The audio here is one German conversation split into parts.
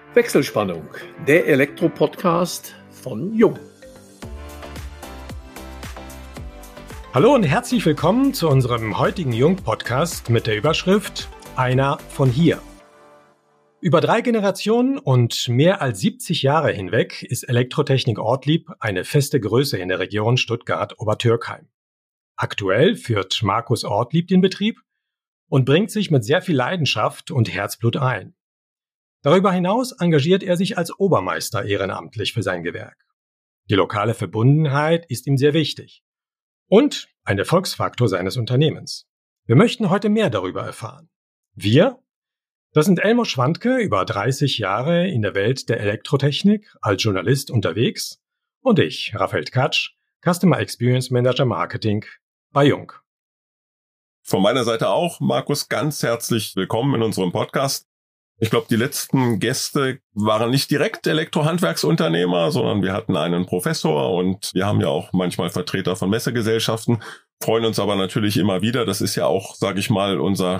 Wechselspannung, der Elektro-Podcast von Jung. Hallo und herzlich willkommen zu unserem heutigen Jung-Podcast mit der Überschrift Einer von hier. Über 3 Generationen und mehr als 70 Jahre hinweg ist Elektrotechnik Ortlieb eine feste Größe in der Region Stuttgart-Obertürkheim. Aktuell führt Markus Ortlieb den Betrieb und bringt sich mit sehr viel Leidenschaft und Herzblut ein. Darüber hinaus engagiert er sich als Obermeister ehrenamtlich für sein Gewerk. Die lokale Verbundenheit ist ihm sehr wichtig und ein Erfolgsfaktor seines Unternehmens. Wir möchten heute mehr darüber erfahren. Wir, das sind Elmo Schwandke, über 30 Jahre in der Welt der Elektrotechnik als Journalist unterwegs, und ich, Raphael Katsch, Customer Experience Manager Marketing bei Jung. Von meiner Seite auch, Markus, ganz herzlich willkommen in unserem Podcast. Ich glaube, die letzten Gäste waren nicht direkt Elektrohandwerksunternehmer, sondern wir hatten einen Professor und wir haben ja auch manchmal Vertreter von Messegesellschaften, freuen uns aber natürlich immer wieder. Das ist ja auch, sage ich mal, unser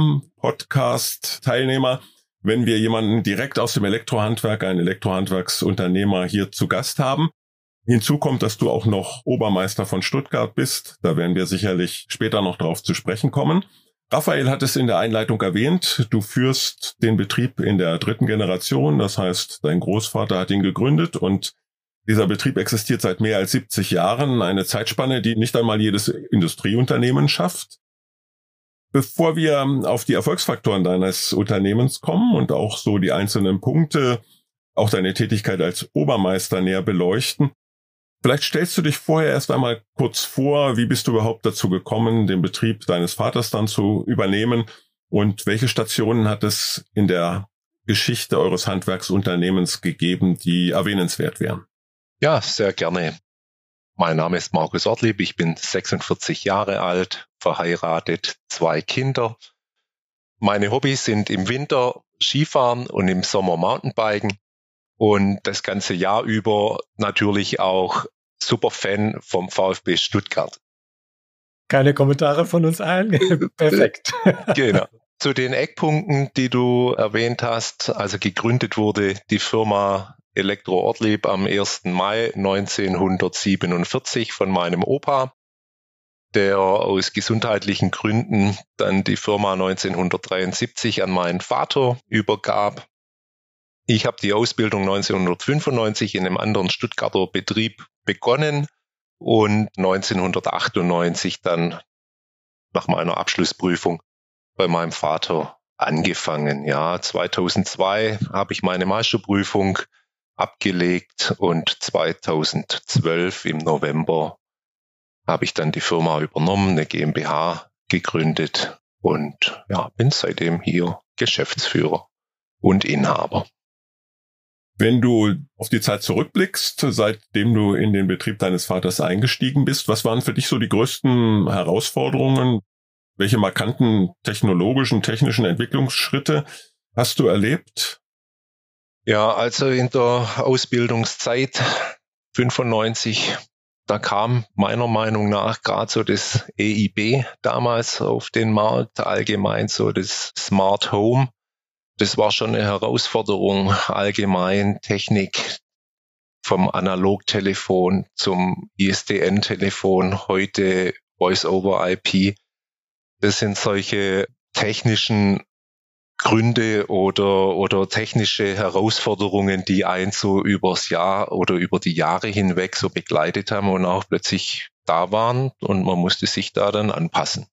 Stamm-Podcast-Teilnehmer, wenn wir jemanden direkt aus dem Elektrohandwerk, einen Elektrohandwerksunternehmer hier zu Gast haben. Hinzu kommt, dass du auch noch Obermeister von Stuttgart bist. Da werden wir sicherlich später noch drauf zu sprechen kommen. Raphael hat es in der Einleitung erwähnt, du führst den Betrieb in der 3. Generation, das heißt, dein Großvater hat ihn gegründet und dieser Betrieb existiert seit mehr als 70 Jahren, eine Zeitspanne, die nicht einmal jedes Industrieunternehmen schafft. Bevor wir auf die Erfolgsfaktoren deines Unternehmens kommen und auch so die einzelnen Punkte, auch deine Tätigkeit als Obermeister näher beleuchten, vielleicht stellst du dich vorher erst einmal kurz vor, wie bist du überhaupt dazu gekommen, den Betrieb deines Vaters dann zu übernehmen und welche Stationen hat es in der Geschichte eures Handwerksunternehmens gegeben, die erwähnenswert wären? Ja, sehr gerne. Mein Name ist Markus Ortlieb, ich bin 46 Jahre alt, verheiratet, 2 Kinder. Meine Hobbys sind im Winter Skifahren und im Sommer Mountainbiken. Und das ganze Jahr über natürlich auch super Fan vom VfB Stuttgart. Keine Kommentare von uns allen? Perfekt. Genau. Zu den Eckpunkten, die du erwähnt hast, also gegründet wurde die Firma Elektro Ortlieb am 1. Mai 1947 von meinem Opa, der aus gesundheitlichen Gründen dann die Firma 1973 an meinen Vater übergab. Ich habe die Ausbildung 1995 in einem anderen Stuttgarter Betrieb begonnen und 1998 dann nach meiner Abschlussprüfung bei meinem Vater angefangen. Ja, 2002 habe ich meine Meisterprüfung abgelegt und 2012 im November habe ich dann die Firma übernommen, eine GmbH gegründet und ja, bin seitdem hier Geschäftsführer und Inhaber. Wenn du auf die Zeit zurückblickst, seitdem du in den Betrieb deines Vaters eingestiegen bist, was waren für dich so die größten Herausforderungen? Welche markanten technischen Entwicklungsschritte hast du erlebt? Ja, also in der Ausbildungszeit 95, da kam meiner Meinung nach gerade so das EIB damals auf den Markt, allgemein so das Smart Home. Das war schon eine Herausforderung, allgemein Technik vom Analogtelefon zum ISDN-Telefon, heute Voice-over-IP. Das sind solche technischen Gründe oder technische Herausforderungen, die einen so übers Jahr oder über die Jahre hinweg so begleitet haben und auch plötzlich da waren und man musste sich da dann anpassen.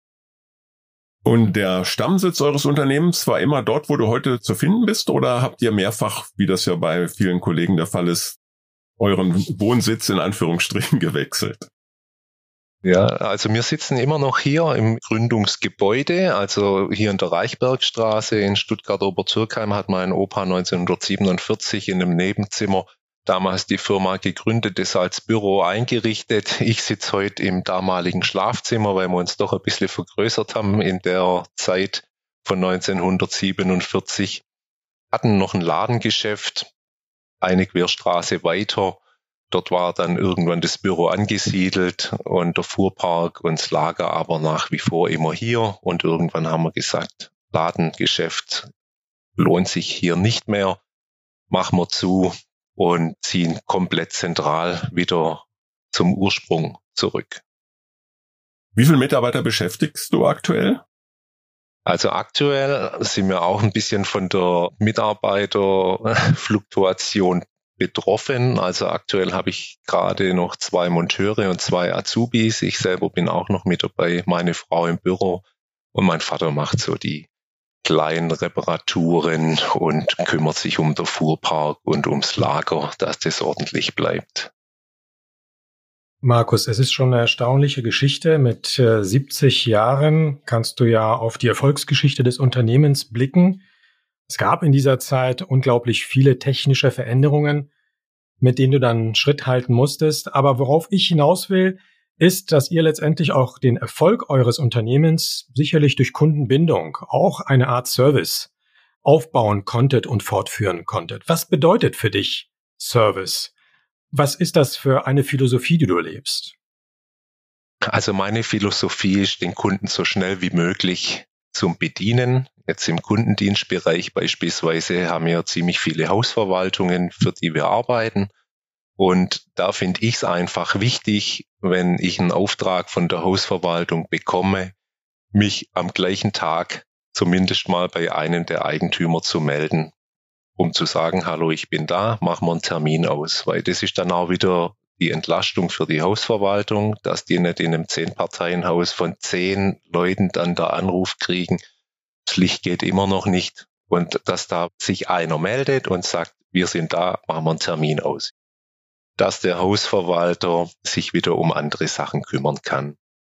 Und der Stammsitz eures Unternehmens war immer dort, wo du heute zu finden bist, oder habt ihr mehrfach, wie das ja bei vielen Kollegen der Fall ist, euren Wohnsitz in Anführungsstrichen gewechselt? Ja, also wir sitzen immer noch hier im Gründungsgebäude, also hier in der Reichbergstraße in Stuttgart-Obertürkheim hat mein Opa 1947 in einem Nebenzimmer damals die Firma gegründet, das als Büro eingerichtet. Ich sitze heute im damaligen Schlafzimmer, weil wir uns doch ein bisschen vergrößert haben in der Zeit von 1947. Hatten noch ein Ladengeschäft, eine Querstraße weiter. Dort war dann irgendwann das Büro angesiedelt und der Fuhrpark und das Lager aber nach wie vor immer hier. Und irgendwann haben wir gesagt, Ladengeschäft lohnt sich hier nicht mehr. machen wir zu und ziehen komplett zentral wieder zum Ursprung zurück. Wie viele Mitarbeiter beschäftigst du aktuell? Also aktuell sind wir auch ein bisschen von der Mitarbeiterfluktuation betroffen. Also aktuell habe ich gerade noch 2 Monteure und 2 Azubis. Ich selber bin auch noch mit dabei, meine Frau im Büro und mein Vater macht so die kleinen Reparaturen und kümmert sich um den Fuhrpark und ums Lager, dass das ordentlich bleibt. Markus, es ist schon eine erstaunliche Geschichte. Mit 70 Jahren kannst du ja auf die Erfolgsgeschichte des Unternehmens blicken. Es gab in dieser Zeit unglaublich viele technische Veränderungen, mit denen du dann Schritt halten musstest. Aber worauf ich hinaus will, ist, dass ihr letztendlich auch den Erfolg eures Unternehmens sicherlich durch Kundenbindung, auch eine Art Service, aufbauen konntet und fortführen konntet. Was bedeutet für dich Service? Was ist das für eine Philosophie, die du lebst? Also meine Philosophie ist, den Kunden so schnell wie möglich zu bedienen. Jetzt im Kundendienstbereich beispielsweise haben wir ziemlich viele Hausverwaltungen, für die wir arbeiten. Und da finde ich es einfach wichtig, wenn ich einen Auftrag von der Hausverwaltung bekomme, mich am gleichen Tag zumindest mal bei einem der Eigentümer zu melden, um zu sagen, hallo, ich bin da, machen wir einen Termin aus. Weil das ist dann auch wieder die Entlastung für die Hausverwaltung, dass die nicht in einem 10-Parteien-Haus von 10 Leuten dann der Anruf kriegen, das Licht geht immer noch nicht. Und dass da sich einer meldet und sagt, wir sind da, machen wir einen Termin aus. Dass der Hausverwalter sich wieder um andere Sachen kümmern kann.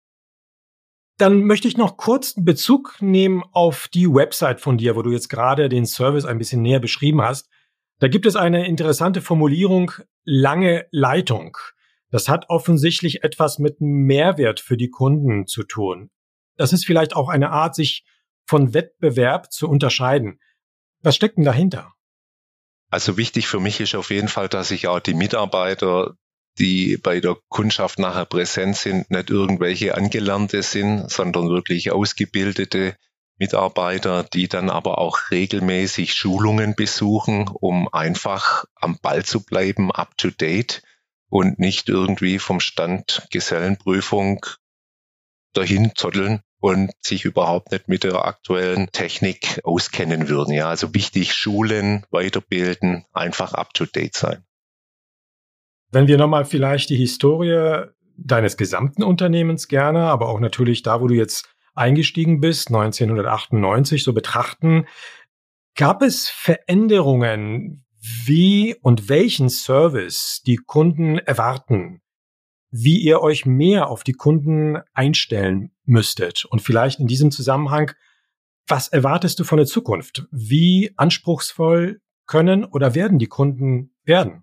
Dann möchte ich noch kurz einen Bezug nehmen auf die Website von dir, wo du jetzt gerade den Service ein bisschen näher beschrieben hast. Da gibt es eine interessante Formulierung, lange Leitung. Das hat offensichtlich etwas mit Mehrwert für die Kunden zu tun. Das ist vielleicht auch eine Art, sich von Wettbewerb zu unterscheiden. Was steckt denn dahinter? Also wichtig für mich ist auf jeden Fall, dass ich auch die Mitarbeiter, die bei der Kundschaft nachher präsent sind, nicht irgendwelche Angelernte sind, sondern wirklich ausgebildete Mitarbeiter, die dann aber auch regelmäßig Schulungen besuchen, um einfach am Ball zu bleiben, up to date und nicht irgendwie vom Stand Gesellenprüfung dahin zotteln und sich überhaupt nicht mit der aktuellen Technik auskennen würden. Ja, also wichtig, schulen, weiterbilden, einfach up to date sein. Wenn wir nochmal vielleicht die Historie deines gesamten Unternehmens gerne, aber auch natürlich da, wo du jetzt eingestiegen bist, 1998 so betrachten, gab es Veränderungen, wie und welchen Service die Kunden erwarten, wie ihr euch mehr auf die Kunden einstellen müsstet? Und vielleicht in diesem Zusammenhang, was erwartest du von der Zukunft? Wie anspruchsvoll können oder werden die Kunden werden?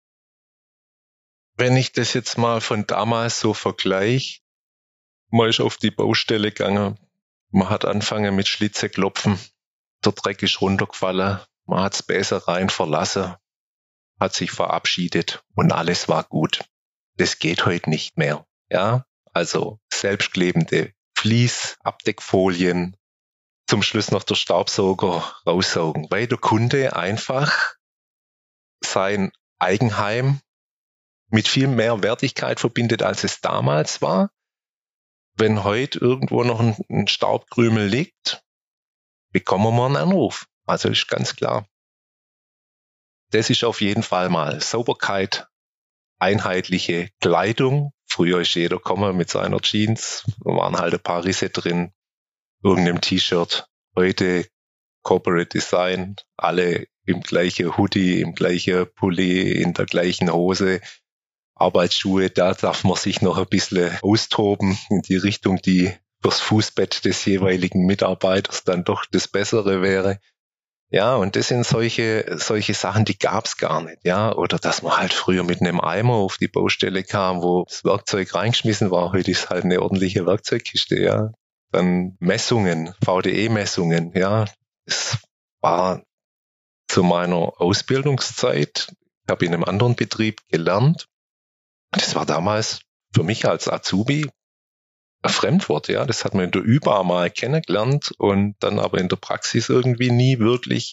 Wenn ich das jetzt mal von damals so vergleiche, man ist auf die Baustelle gegangen, man hat angefangen mit Schlitze klopfen, der Dreck ist runtergefallen, man hat das Bäsereien verlassen, hat sich verabschiedet und alles war gut. Das geht heute nicht mehr. Ja, also selbstklebende Vlies-Abdeckfolien, zum Schluss noch der Staubsauger raussaugen, weil der Kunde einfach sein Eigenheim mit viel mehr Wertigkeit verbindet, als es damals war. Wenn heute irgendwo noch ein Staubkrümel liegt, bekommen wir einen Anruf. Also ist ganz klar. Das ist auf jeden Fall mal Sauberkeit, einheitliche Kleidung. Früher ist jeder gekommen mit seiner Jeans, da waren halt ein paar Risse drin, irgendeinem T-Shirt. Heute Corporate Design, alle im gleichen Hoodie, im gleichen Pulli, in der gleichen Hose. Arbeitsschuhe, da darf man sich noch ein bisschen austoben in die Richtung, die fürs Fußbett des jeweiligen Mitarbeiters dann doch das Bessere wäre. Ja, und das sind solche Sachen, die gab's gar nicht, ja. Oder dass man halt früher mit einem Eimer auf die Baustelle kam, wo das Werkzeug reingeschmissen war. Heute ist halt eine ordentliche Werkzeugkiste, ja. Dann Messungen, VDE-Messungen, ja. Das war zu meiner Ausbildungszeit. Ich habe in einem anderen Betrieb gelernt. Das war damals für mich als Azubi ein Fremdwort, ja. Das hat man in der ÜBA mal kennengelernt und dann aber in der Praxis irgendwie nie wirklich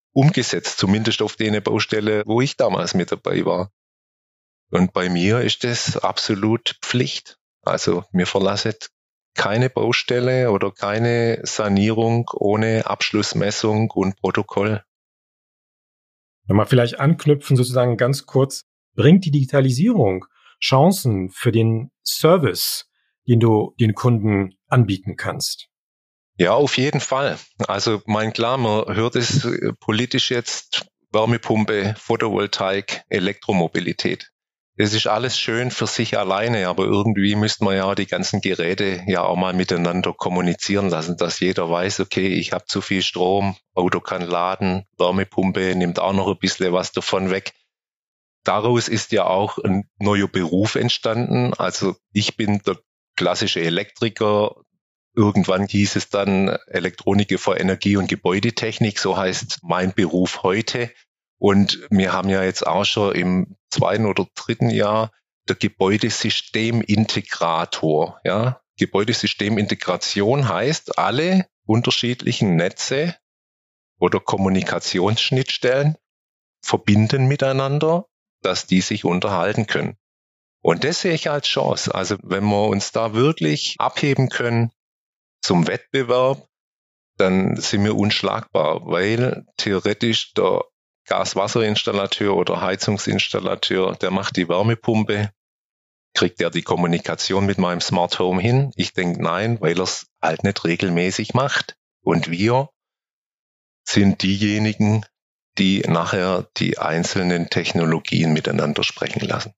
umgesetzt, zumindest auf den Baustelle, wo ich damals mit dabei war. Und bei mir ist das absolut Pflicht. Also mir verlassen keine Baustelle oder keine Sanierung ohne Abschlussmessung und Protokoll. Wenn wir vielleicht anknüpfen, sozusagen ganz kurz, bringt die Digitalisierung Chancen für den Service, den du den Kunden anbieten kannst? Ja, auf jeden Fall. Also klar, man hört es politisch jetzt, Wärmepumpe, Photovoltaik, Elektromobilität. Das ist alles schön für sich alleine, aber irgendwie müsste man ja die ganzen Geräte ja auch mal miteinander kommunizieren lassen, dass jeder weiß, okay, ich habe zu viel Strom, Auto kann laden, Wärmepumpe nimmt auch noch ein bisschen was davon weg. Daraus ist ja auch ein neuer Beruf entstanden. Also ich bin der klassische Elektriker. Irgendwann hieß es dann Elektroniker für Energie- und Gebäudetechnik, so heißt mein Beruf heute. Und wir haben ja jetzt auch schon im 2. oder 3. Jahr der Gebäudesystemintegrator. Ja? Gebäudesystemintegration heißt, alle unterschiedlichen Netze oder Kommunikationsschnittstellen verbinden miteinander, dass die sich unterhalten können. Und das sehe ich als Chance. Also wenn wir uns da wirklich abheben können zum Wettbewerb, dann sind wir unschlagbar, weil theoretisch der Gaswasserinstallateur oder Heizungsinstallateur, der macht die Wärmepumpe, kriegt er die Kommunikation mit meinem Smart Home hin? Ich denke nein, weil er es halt nicht regelmäßig macht. Und wir sind diejenigen, die nachher die einzelnen Technologien miteinander sprechen lassen.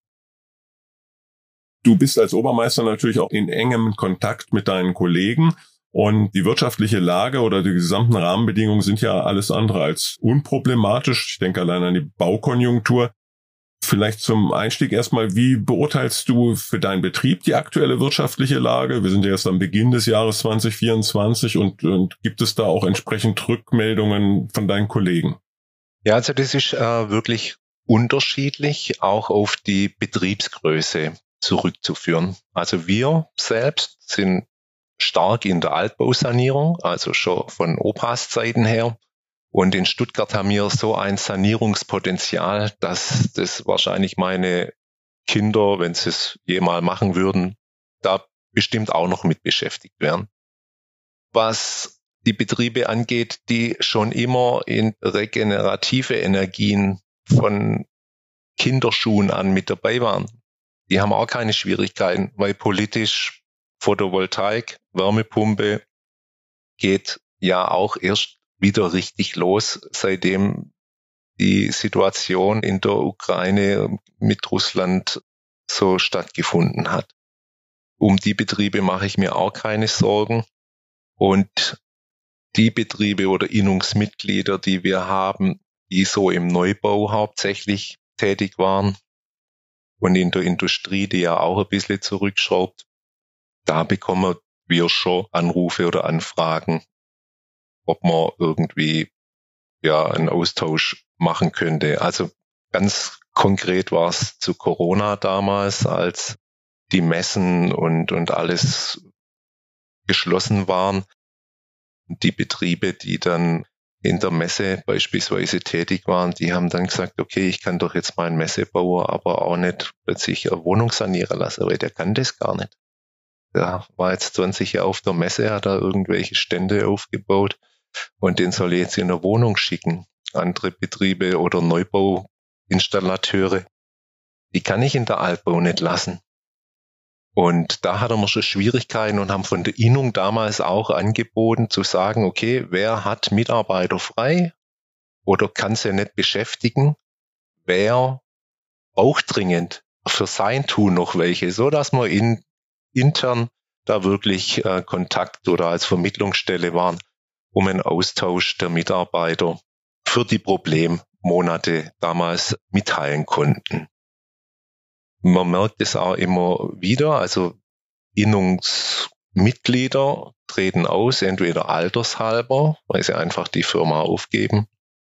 Du bist als Obermeister natürlich auch in engem Kontakt mit deinen Kollegen. Und die wirtschaftliche Lage oder die gesamten Rahmenbedingungen sind ja alles andere als unproblematisch. Ich denke allein an die Baukonjunktur. Vielleicht zum Einstieg erstmal, wie beurteilst du für deinen Betrieb die aktuelle wirtschaftliche Lage? Wir sind ja erst am Beginn des Jahres 2024 und gibt es da auch entsprechend Rückmeldungen von deinen Kollegen? Ja, also das ist wirklich unterschiedlich, auch auf die Betriebsgröße zurückzuführen. Also wir selbst sind stark in der Altbausanierung, also schon von Opas Zeiten her. Und in Stuttgart haben wir so ein Sanierungspotenzial, dass das wahrscheinlich meine Kinder, wenn sie es jemals machen würden, da bestimmt auch noch mit beschäftigt wären. Was die Betriebe angeht, die schon immer in regenerative Energien von Kinderschuhen an mit dabei waren, die haben auch keine Schwierigkeiten, weil politisch Photovoltaik, Wärmepumpe geht ja auch erst wieder richtig los, seitdem die Situation in der Ukraine mit Russland so stattgefunden hat. Um die Betriebe mache ich mir auch keine Sorgen. Und die Betriebe oder Innungsmitglieder, die wir haben, die so im Neubau hauptsächlich tätig waren und in der Industrie, die ja auch ein bisschen zurückschraubt, da bekommen wir schon Anrufe oder Anfragen, ob man irgendwie einen Austausch machen könnte. Also ganz konkret war es zu Corona damals, als die Messen und alles geschlossen waren. Die Betriebe, die dann in der Messe beispielsweise tätig waren, die haben dann gesagt, okay, ich kann doch jetzt meinen Messebauer aber auch nicht plötzlich eine Wohnung sanieren lassen, weil der kann das gar nicht. Der war jetzt 20 Jahre auf der Messe, hat da irgendwelche Stände aufgebaut und den soll ich jetzt in eine Wohnung schicken. Andere Betriebe oder Neubauinstallateure, die kann ich in der Altbau nicht lassen. Und da hatten wir schon Schwierigkeiten und haben von der Innung damals auch angeboten zu sagen, okay, wer hat Mitarbeiter frei oder kann sie nicht beschäftigen, wer braucht dringend für sein Tun noch welche, so dass wir intern da wirklich Kontakt oder als Vermittlungsstelle waren, um einen Austausch der Mitarbeiter für die Problemmonate damals mitteilen konnten. Man merkt es auch immer wieder, also Innungsmitglieder treten aus, entweder altershalber, weil sie einfach die Firma aufgeben.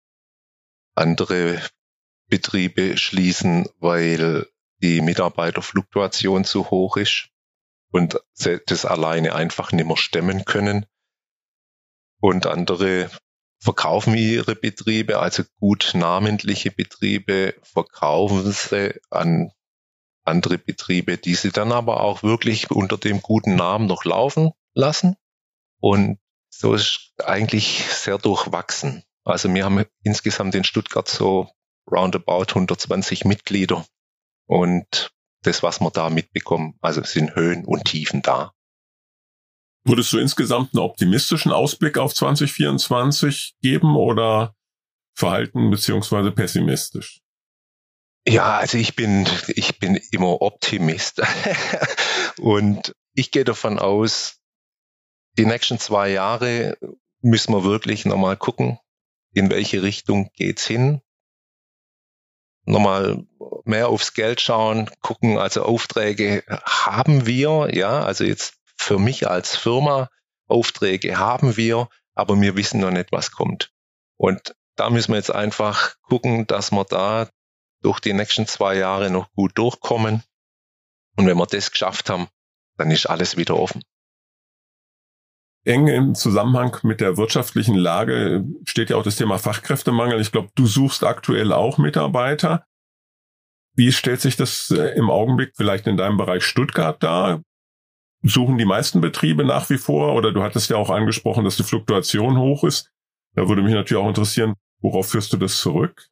Andere Betriebe schließen, weil die Mitarbeiterfluktuation zu hoch ist und sie das alleine einfach nicht mehr stemmen können. Und andere verkaufen ihre Betriebe, also gut namentliche Betriebe, verkaufen sie an andere Betriebe, die sie dann aber auch wirklich unter dem guten Namen noch laufen lassen. Und so ist eigentlich sehr durchwachsen. Also wir haben insgesamt in Stuttgart so roundabout 120 Mitglieder. Und das, was wir da mitbekommen, also es sind Höhen und Tiefen da. Würdest du insgesamt einen optimistischen Ausblick auf 2024 geben oder verhalten beziehungsweise pessimistisch? Ja, also ich bin immer Optimist. Und ich gehe davon aus, die nächsten 2 Jahre müssen wir wirklich nochmal gucken, in welche Richtung geht's hin. Nochmal mehr aufs Geld schauen, gucken, also Aufträge haben wir, ja, also jetzt für mich als Firma, Aufträge haben wir, aber wir wissen noch nicht, was kommt. Und da müssen wir jetzt einfach gucken, dass wir da durch die nächsten 2 Jahre noch gut durchkommen. Und wenn wir das geschafft haben, dann ist alles wieder offen. Eng im Zusammenhang mit der wirtschaftlichen Lage steht ja auch das Thema Fachkräftemangel. Ich glaube, du suchst aktuell auch Mitarbeiter. Wie stellt sich das im Augenblick vielleicht in deinem Bereich Stuttgart dar? Suchen die meisten Betriebe nach wie vor? Oder du hattest ja auch angesprochen, dass die Fluktuation hoch ist. Da würde mich natürlich auch interessieren, worauf führst du das zurück?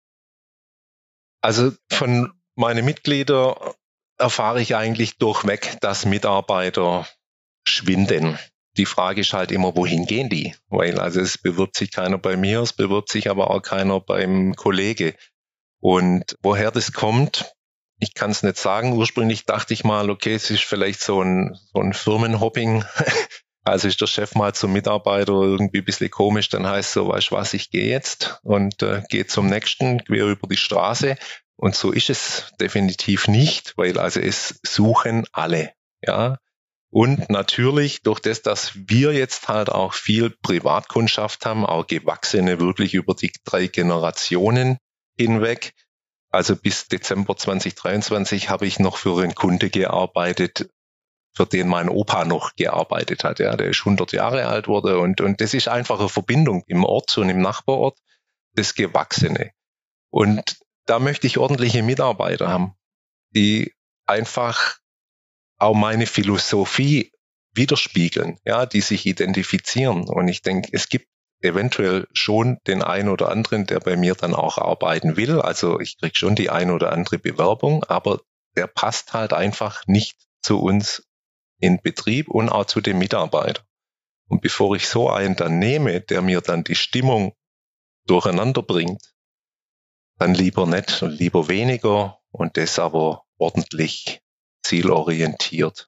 Also von meinen Mitgliedern erfahre ich eigentlich durchweg, dass Mitarbeiter schwinden. Die Frage ist halt immer, wohin gehen die? Weil also es bewirbt sich keiner bei mir, es bewirbt sich aber auch keiner beim Kollege. Und woher das kommt, ich kann es nicht sagen. Ursprünglich dachte ich mal, okay, es ist vielleicht so ein Firmenhopping. Also ist der Chef mal zum Mitarbeiter irgendwie ein bisschen komisch, dann heißt so, weißt du was, ich gehe jetzt und gehe zum nächsten, quer über die Straße. Und so ist es definitiv nicht, weil also es suchen alle, ja. Und natürlich durch das, dass wir jetzt halt auch viel Privatkundschaft haben, auch gewachsene wirklich über die 3 Generationen hinweg. Also bis Dezember 2023 habe ich noch für einen Kunde gearbeitet, für den mein Opa noch gearbeitet hat. Ja, der ist 100 Jahre alt wurde und das ist einfach eine Verbindung im Ort und im Nachbarort, das Gewachsene. Und da möchte ich ordentliche Mitarbeiter haben, die einfach auch meine Philosophie widerspiegeln, ja, die sich identifizieren. Und ich denke, es gibt eventuell schon den einen oder anderen, der bei mir dann auch arbeiten will. Also ich kriege schon die ein oder andere Bewerbung, aber der passt halt einfach nicht zu uns in Betrieb und auch zu dem Mitarbeiter. Und bevor ich so einen dann nehme, der mir dann die Stimmung durcheinander bringt, dann lieber nicht und lieber weniger und das aber ordentlich zielorientiert.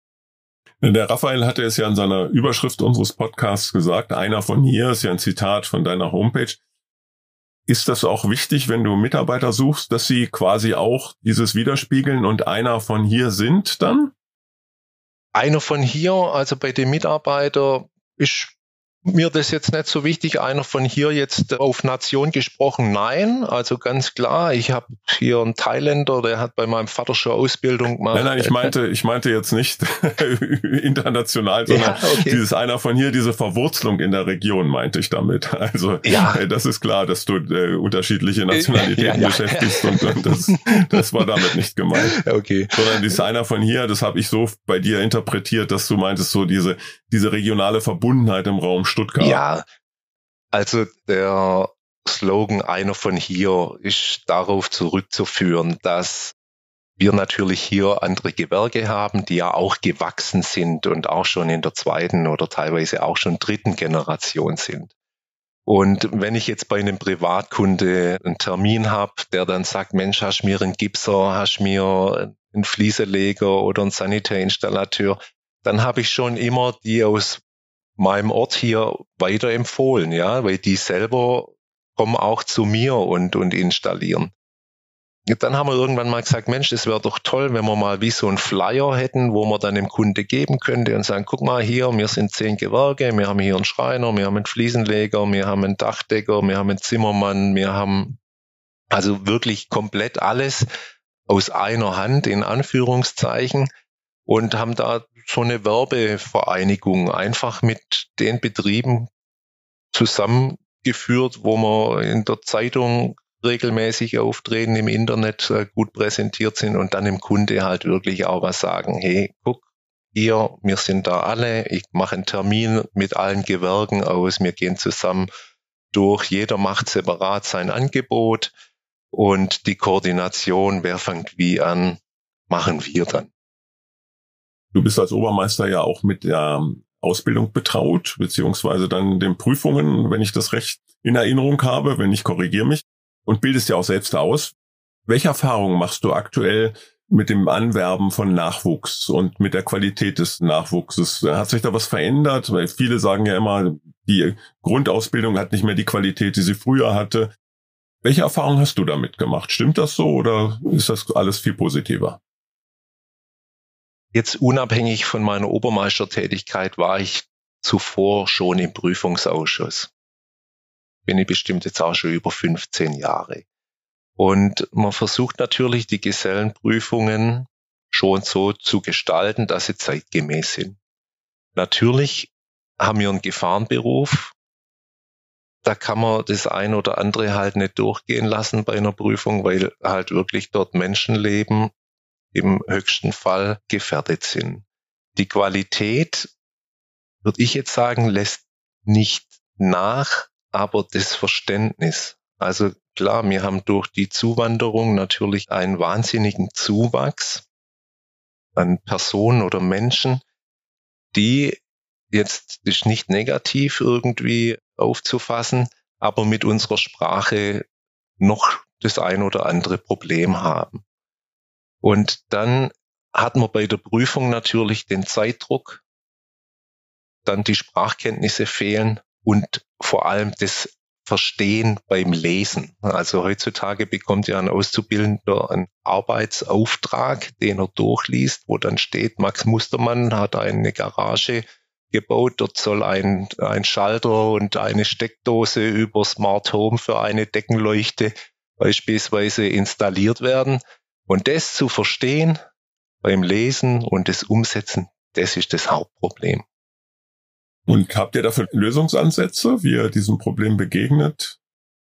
Der Raphael hatte es ja in seiner Überschrift unseres Podcasts gesagt, einer von hier, ist ja ein Zitat von deiner Homepage. Ist das auch wichtig, wenn du Mitarbeiter suchst, dass sie quasi auch dieses widerspiegeln und einer von hier sind dann? Einer von hier, also bei dem Mitarbeiter, ist mir das jetzt nicht so wichtig. Einer von hier jetzt auf Nation gesprochen, nein. Also ganz klar, ich habe hier einen Thailänder, der hat bei meinem Vater schon Ausbildung gemacht. Nein, ich meinte jetzt nicht international, sondern ja, okay. Dieses einer von hier, diese Verwurzelung in der Region meinte ich damit. Also ja. Das ist klar, dass du unterschiedliche Nationalitäten beschäftigst und das war damit nicht gemeint. Okay. Sondern dieses einer von hier, das habe ich so bei dir interpretiert, dass du meintest so diese regionale Verbundenheit im Raum Stuttgart. Ja, also der Slogan einer von hier ist darauf zurückzuführen, dass wir natürlich hier andere Gewerke haben, die ja auch gewachsen sind und auch schon in der 2. oder teilweise auch schon 3. Generation sind. Und wenn ich jetzt bei einem Privatkunde einen Termin habe, der dann sagt, Mensch, hast du mir einen Gipser, hast du mir einen Flieseleger oder einen Sanitärinstallateur, dann habe ich schon immer die aus meinem Ort hier weiterempfohlen, ja, weil die selber kommen auch zu mir und installieren. Dann haben wir irgendwann mal gesagt, Mensch, das wäre doch toll, wenn wir mal wie so einen Flyer hätten, wo man dann dem Kunde geben könnte und sagen, guck mal hier, wir sind 10 Gewerke, wir haben hier einen Schreiner, wir haben einen Fliesenleger, wir haben einen Dachdecker, wir haben einen Zimmermann, wir haben also wirklich komplett alles aus einer Hand, in Anführungszeichen, und haben da so eine Werbevereinigung einfach mit den Betrieben zusammen geführt, wo wir in der Zeitung regelmäßig auftreten, im Internet gut präsentiert sind und dann dem Kunde halt wirklich auch was sagen. Hey, guck, hier, wir sind da alle, ich mache einen Termin mit allen Gewerken aus, wir gehen zusammen durch, jeder macht separat sein Angebot und die Koordination, wer fängt wie an, machen wir dann. Du bist als Obermeister ja auch mit der Ausbildung betraut, beziehungsweise dann den Prüfungen, wenn ich das recht in Erinnerung habe, wenn nicht, korrigiere mich, und bildest ja auch selbst aus. Welche Erfahrungen machst du aktuell mit dem Anwerben von Nachwuchs und mit der Qualität des Nachwuchses? Hat sich da was verändert? Weil viele sagen ja immer, die Grundausbildung hat nicht mehr die Qualität, die sie früher hatte. Welche Erfahrungen hast du damit gemacht? Stimmt das so oder ist das alles viel positiver? Jetzt unabhängig von meiner Obermeistertätigkeit war ich zuvor schon im Prüfungsausschuss. Bin ich bestimmt jetzt auch schon über 15 Jahre. Und man versucht natürlich, die Gesellenprüfungen schon so zu gestalten, dass sie zeitgemäß sind. Natürlich haben wir einen Gefahrenberuf. Da kann man das ein oder andere halt nicht durchgehen lassen bei einer Prüfung, weil halt wirklich dort Menschenleben im höchsten Fall gefährdet sind. Die Qualität, würde ich jetzt sagen, lässt nicht nach, aber das Verständnis. Also klar, wir haben durch die Zuwanderung natürlich einen wahnsinnigen Zuwachs an Personen oder Menschen, die jetzt, das ist nicht negativ irgendwie aufzufassen, aber mit unserer Sprache noch das ein oder andere Problem haben. Und dann hat man bei der Prüfung natürlich den Zeitdruck, dann die Sprachkenntnisse fehlen und vor allem das Verstehen beim Lesen. Also heutzutage bekommt ja ein Auszubildender einen Arbeitsauftrag, den er durchliest, wo dann steht, Max Mustermann hat eine Garage gebaut, dort soll ein Schalter und eine Steckdose über Smart Home für eine Deckenleuchte beispielsweise installiert werden. Und das zu verstehen beim Lesen und das Umsetzen, das ist das Hauptproblem. Und habt ihr dafür Lösungsansätze, wie ihr diesem Problem begegnet?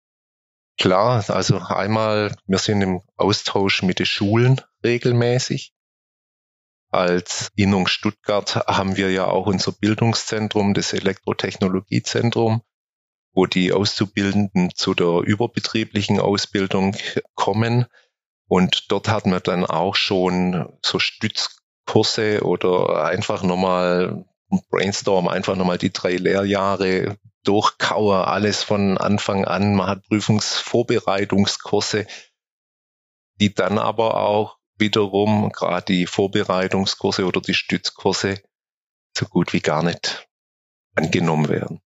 Klar, also einmal, wir sind im Austausch mit den Schulen regelmäßig. Als Innung Stuttgart haben wir ja auch unser Bildungszentrum, das Elektrotechnologiezentrum, wo die Auszubildenden zu der überbetrieblichen Ausbildung kommen. Und dort hatten wir dann auch schon so Stützkurse oder einfach nochmal Brainstorm, einfach nochmal die 3 Lehrjahre durchkaue, alles von Anfang an. Man hat Prüfungsvorbereitungskurse, die dann aber auch wiederum, gerade die Vorbereitungskurse oder die Stützkurse, so gut wie gar nicht angenommen werden.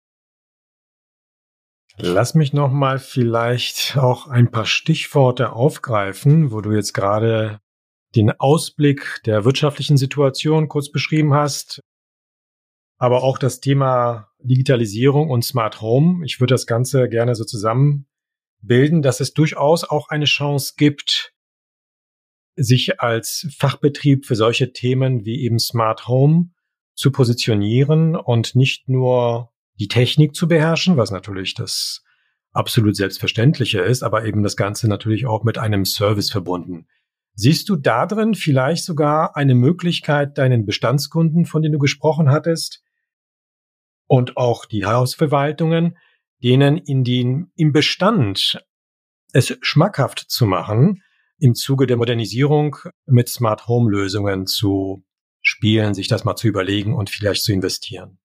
Lass mich nochmal vielleicht auch ein paar Stichworte aufgreifen, wo du jetzt gerade den Ausblick der wirtschaftlichen Situation kurz beschrieben hast, aber auch das Thema Digitalisierung und Smart Home. Ich würde das Ganze gerne so zusammenbilden, dass es durchaus auch eine Chance gibt, sich als Fachbetrieb für solche Themen wie eben Smart Home zu positionieren und nicht nur die Technik zu beherrschen, was natürlich das absolut Selbstverständliche ist, aber eben das Ganze natürlich auch mit einem Service verbunden. Siehst du da drin vielleicht sogar eine Möglichkeit, deinen Bestandskunden, von denen du gesprochen hattest, und auch die Hausverwaltungen, denen im Bestand es schmackhaft zu machen, im Zuge der Modernisierung mit Smart Home Lösungen zu spielen, sich das mal zu überlegen und vielleicht zu investieren?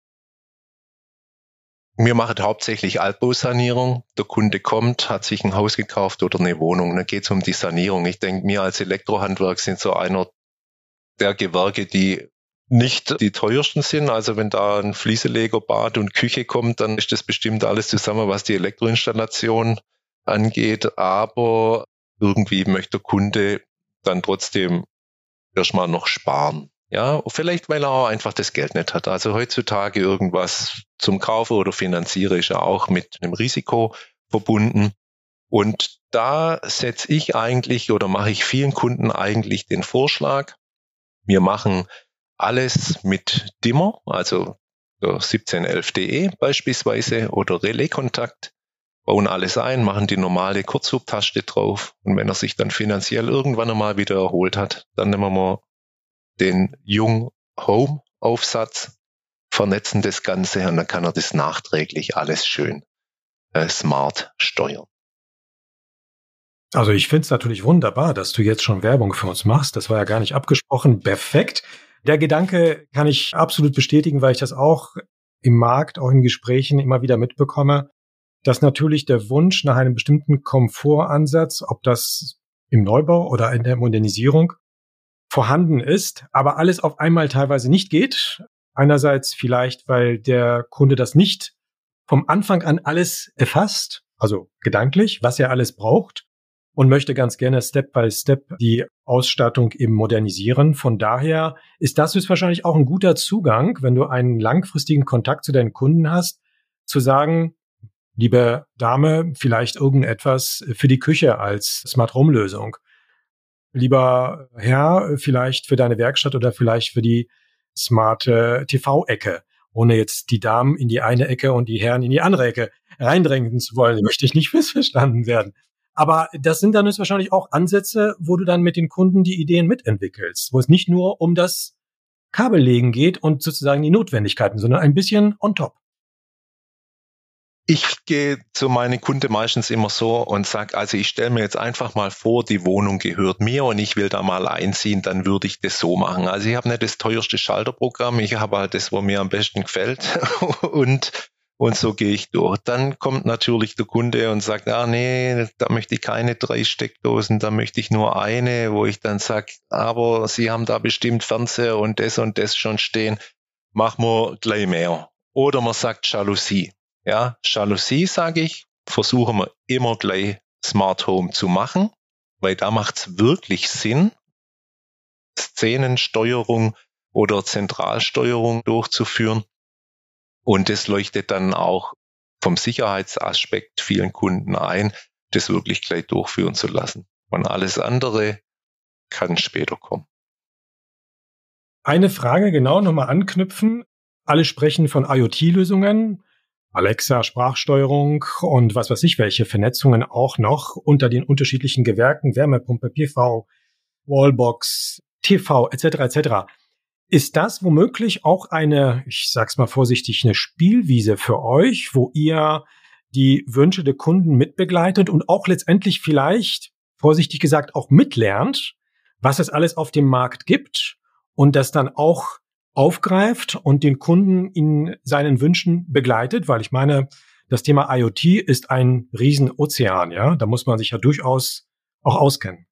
Wir machen hauptsächlich Altbausanierung. Der Kunde kommt, hat sich ein Haus gekauft oder eine Wohnung. Dann geht es um die Sanierung. Ich denke, wir als Elektrohandwerk sind so einer der Gewerke, die nicht die teuersten sind. Also wenn da ein Flieseleger, Bad und Küche kommt, dann ist das bestimmt alles zusammen, was die Elektroinstallation angeht. Aber irgendwie möchte der Kunde dann trotzdem erstmal noch sparen. Ja, vielleicht weil er auch einfach das Geld nicht hat. Also heutzutage irgendwas zum Kaufen oder finanzieren ist ja auch mit einem Risiko verbunden. Und da setze ich eigentlich oder mache ich vielen Kunden eigentlich den Vorschlag, wir machen alles mit Dimmer, also der 1711.de beispielsweise oder Relais-Kontakt, bauen alles ein, machen die normale Kurzhubtaste drauf und wenn er sich dann finanziell irgendwann einmal wieder erholt hat, dann nehmen wir den Jung Home Aufsatz, vernetzen das Ganze und dann kann er das nachträglich alles schön smart steuern. Also ich finde es natürlich wunderbar, dass du jetzt schon Werbung für uns machst. Das war ja gar nicht abgesprochen. Perfekt. Der Gedanke kann ich absolut bestätigen, weil ich das auch im Markt, auch in Gesprächen immer wieder mitbekomme, dass natürlich der Wunsch nach einem bestimmten Komfortansatz, ob das im Neubau oder in der Modernisierung vorhanden ist, aber alles auf einmal teilweise nicht geht. Einerseits vielleicht, weil der Kunde das nicht vom Anfang an alles erfasst, also gedanklich, was er alles braucht und möchte ganz gerne Step by Step die Ausstattung eben modernisieren. Von daher ist das höchstwahrscheinlich auch ein guter Zugang, wenn du einen langfristigen Kontakt zu deinen Kunden hast, zu sagen, liebe Dame, vielleicht irgendetwas für die Küche als Smart Home Lösung. Lieber Herr, vielleicht für deine Werkstatt oder vielleicht für die smarte TV-Ecke, ohne jetzt die Damen in die eine Ecke und die Herren in die andere Ecke reindrängen zu wollen. Möchte ich nicht missverstanden werden. Aber das sind dann wahrscheinlich auch Ansätze, wo du dann mit den Kunden die Ideen mitentwickelst, wo es nicht nur um das Kabellegen geht und sozusagen die Notwendigkeiten, sondern ein bisschen on top. Ich gehe zu meinen Kunden meistens immer so und sage, also ich stelle mir jetzt einfach mal vor, die Wohnung gehört mir und ich will da mal einziehen, dann würde ich das so machen. Also ich habe nicht das teuerste Schalterprogramm, ich habe halt das, was mir am besten gefällt und so gehe ich durch. Dann kommt natürlich der Kunde und sagt, nee, da möchte ich keine 3 Steckdosen, da möchte ich nur eine, wo ich dann sage, aber Sie haben da bestimmt Fernseher und das schon stehen, machen wir gleich mehr. Oder man sagt Jalousie. Ja, Jalousie, sage ich, versuchen wir immer gleich Smart Home zu machen, weil da macht es wirklich Sinn, Szenensteuerung oder Zentralsteuerung durchzuführen. Und das leuchtet dann auch vom Sicherheitsaspekt vielen Kunden ein, das wirklich gleich durchführen zu lassen. Und alles andere kann später kommen. Eine Frage genau nochmal anknüpfen. Alle sprechen von IoT-Lösungen. Alexa, Sprachsteuerung und was weiß ich, welche Vernetzungen auch noch unter den unterschiedlichen Gewerken, Wärmepumpe, PV, Wallbox, TV etc. etc. Ist das womöglich auch eine, ich sag's mal vorsichtig, eine Spielwiese für euch, wo ihr die Wünsche der Kunden mitbegleitet und auch letztendlich vielleicht, vorsichtig gesagt, auch mitlernt, was es alles auf dem Markt gibt und das dann auch aufgreift und den Kunden in seinen Wünschen begleitet, weil ich meine, das Thema IoT ist ein Riesenozean, ja, da muss man sich ja durchaus auch auskennen.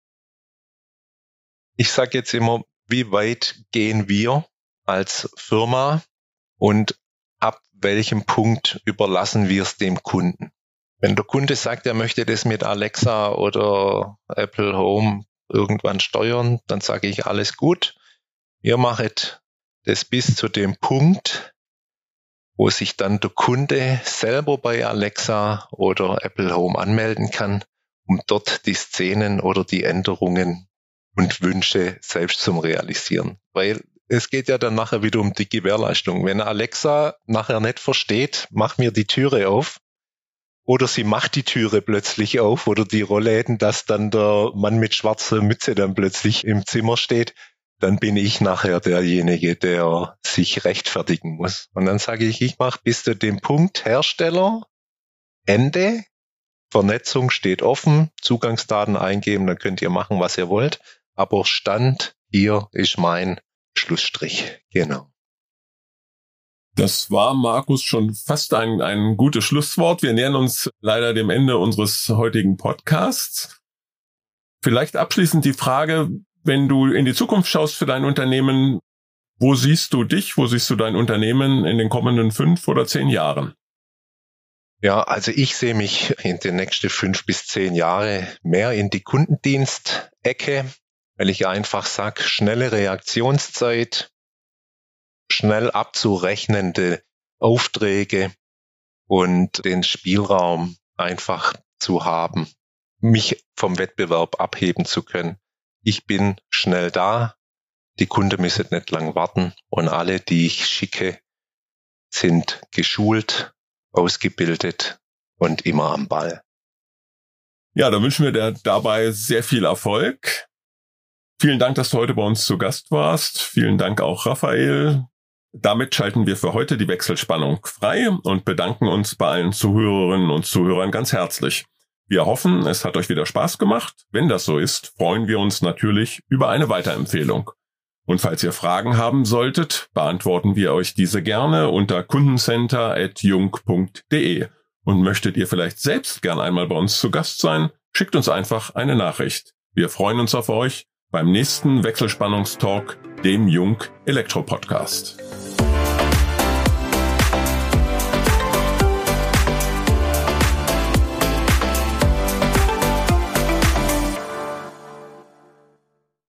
Ich sage jetzt immer, wie weit gehen wir als Firma und ab welchem Punkt überlassen wir es dem Kunden? Wenn der Kunde sagt, er möchte das mit Alexa oder Apple Home irgendwann steuern, dann sage ich, alles gut, ihr machet das bis zu dem Punkt, wo sich dann der Kunde selber bei Alexa oder Apple Home anmelden kann, um dort die Szenen oder die Änderungen und Wünsche selbst zum Realisieren. Weil es geht ja dann nachher wieder um die Gewährleistung. Wenn Alexa nachher nicht versteht, mach mir die Türe auf, oder sie macht die Türe plötzlich auf, oder die Rollläden, dass dann der Mann mit schwarzer Mütze dann plötzlich im Zimmer steht, dann bin ich nachher derjenige, der sich rechtfertigen muss. Und dann sage ich mache bis zu dem Punkt Hersteller, Ende, Vernetzung steht offen, Zugangsdaten eingeben, dann könnt ihr machen, was ihr wollt. Aber Stand hier ist mein Schlussstrich. Genau. Das war, Markus, schon fast ein gutes Schlusswort. Wir nähern uns leider dem Ende unseres heutigen Podcasts. Vielleicht abschließend die Frage, wenn du in die Zukunft schaust für dein Unternehmen, wo siehst du dich, wo siehst du dein Unternehmen in den kommenden 5 oder 10 Jahren? Ja, also ich sehe mich in den nächsten 5 bis 10 Jahre mehr in die Kundendienstecke, weil ich einfach sage, schnelle Reaktionszeit, schnell abzurechnende Aufträge und den Spielraum einfach zu haben, mich vom Wettbewerb abheben zu können. Ich bin schnell da, die Kunden müssen nicht lang warten und alle, die ich schicke, sind geschult, ausgebildet und immer am Ball. Ja, da wünschen wir dir dabei sehr viel Erfolg. Vielen Dank, dass du heute bei uns zu Gast warst. Vielen Dank auch, Raphael. Damit schalten wir für heute die Wechselspannung frei und bedanken uns bei allen Zuhörerinnen und Zuhörern ganz herzlich. Wir hoffen, es hat euch wieder Spaß gemacht. Wenn das so ist, freuen wir uns natürlich über eine Weiterempfehlung. Und falls ihr Fragen haben solltet, beantworten wir euch diese gerne unter kundencenter@jung.de. Und möchtet ihr vielleicht selbst gern einmal bei uns zu Gast sein, schickt uns einfach eine Nachricht. Wir freuen uns auf euch beim nächsten Wechselspannungstalk, dem Jung Elektro Podcast.